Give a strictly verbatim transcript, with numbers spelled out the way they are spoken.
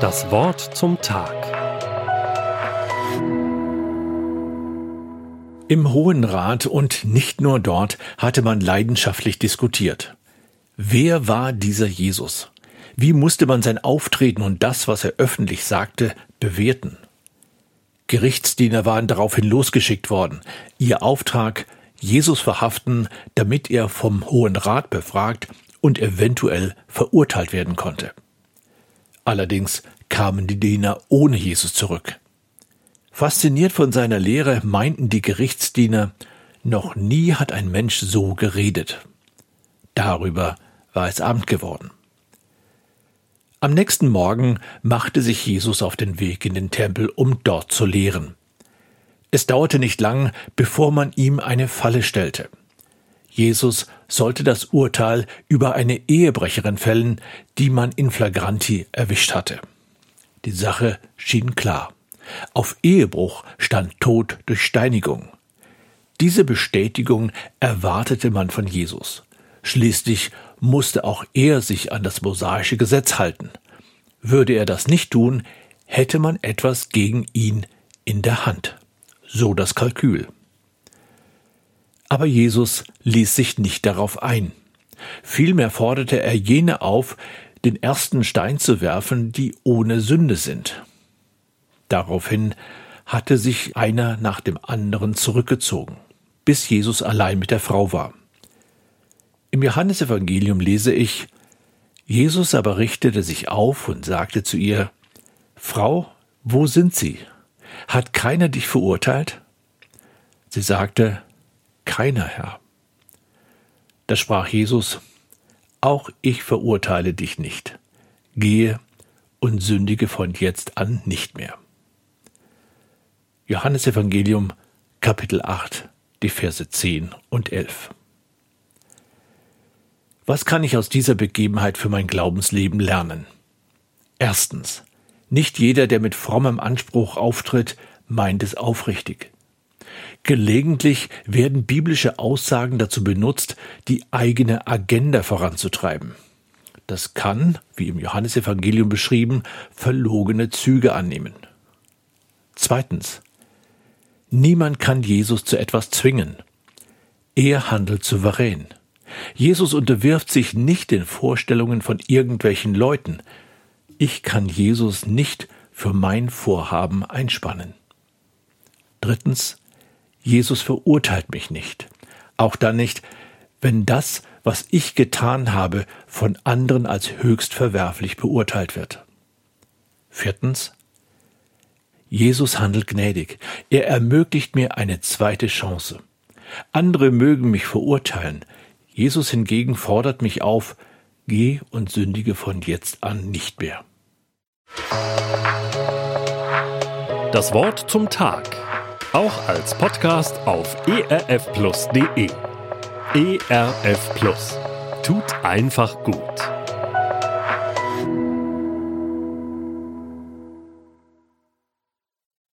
Das Wort zum Tag. Im Hohen Rat und nicht nur dort hatte man leidenschaftlich diskutiert. Wer war dieser Jesus? Wie musste man sein Auftreten und das, was er öffentlich sagte, bewerten? Gerichtsdiener waren daraufhin losgeschickt worden. Ihr Auftrag: Jesus verhaften, damit er vom Hohen Rat befragt und eventuell verurteilt werden konnte. Allerdings kamen die Diener ohne Jesus zurück. Fasziniert von seiner Lehre meinten die Gerichtsdiener, noch nie hat ein Mensch so geredet. Darüber war es Abend geworden. Am nächsten Morgen machte sich Jesus auf den Weg in den Tempel, um dort zu lehren. Es dauerte nicht lang, bevor man ihm eine Falle stellte. Jesus sollte das Urteil über eine Ehebrecherin fällen, die man in flagranti erwischt hatte. Die Sache schien klar. Auf Ehebruch stand Tod durch Steinigung. Diese Bestätigung erwartete man von Jesus. Schließlich musste auch er sich an das mosaische Gesetz halten. Würde er das nicht tun, hätte man etwas gegen ihn in der Hand. So das Kalkül. Aber Jesus ließ sich nicht darauf ein. Vielmehr forderte er jene auf, den ersten Stein zu werfen, die ohne Sünde sind. Daraufhin hatte sich einer nach dem anderen zurückgezogen, bis Jesus allein mit der Frau war. Im Johannesevangelium lese ich: Jesus aber richtete sich auf und sagte zu ihr: Frau, wo sind sie? Hat keiner dich verurteilt? Sie sagte: Keiner, Herr. Da sprach Jesus: Auch ich verurteile dich nicht. Gehe und sündige von jetzt an nicht mehr. Johannesevangelium, Kapitel acht, die Verse zehn und elf. Was kann ich aus dieser Begebenheit für mein Glaubensleben lernen? Erstens: Nicht jeder, der mit frommem Anspruch auftritt, meint es aufrichtig. Gelegentlich werden biblische Aussagen dazu benutzt, die eigene Agenda voranzutreiben. Das kann, wie im Johannesevangelium beschrieben, verlogene Züge annehmen. Zweitens: Niemand kann Jesus zu etwas zwingen. Er handelt souverän. Jesus unterwirft sich nicht den Vorstellungen von irgendwelchen Leuten. Ich kann Jesus nicht für mein Vorhaben einspannen. Drittens: Jesus verurteilt mich nicht. Auch dann nicht, wenn das, was ich getan habe, von anderen als höchst verwerflich beurteilt wird. Viertens: Jesus handelt gnädig. Er ermöglicht mir eine zweite Chance. Andere mögen mich verurteilen. Jesus hingegen fordert mich auf: Geh und sündige von jetzt an nicht mehr. Das Wort zum Tag. Auch als Podcast auf e r f plus punkt d e. E R F Plus. Tut einfach gut.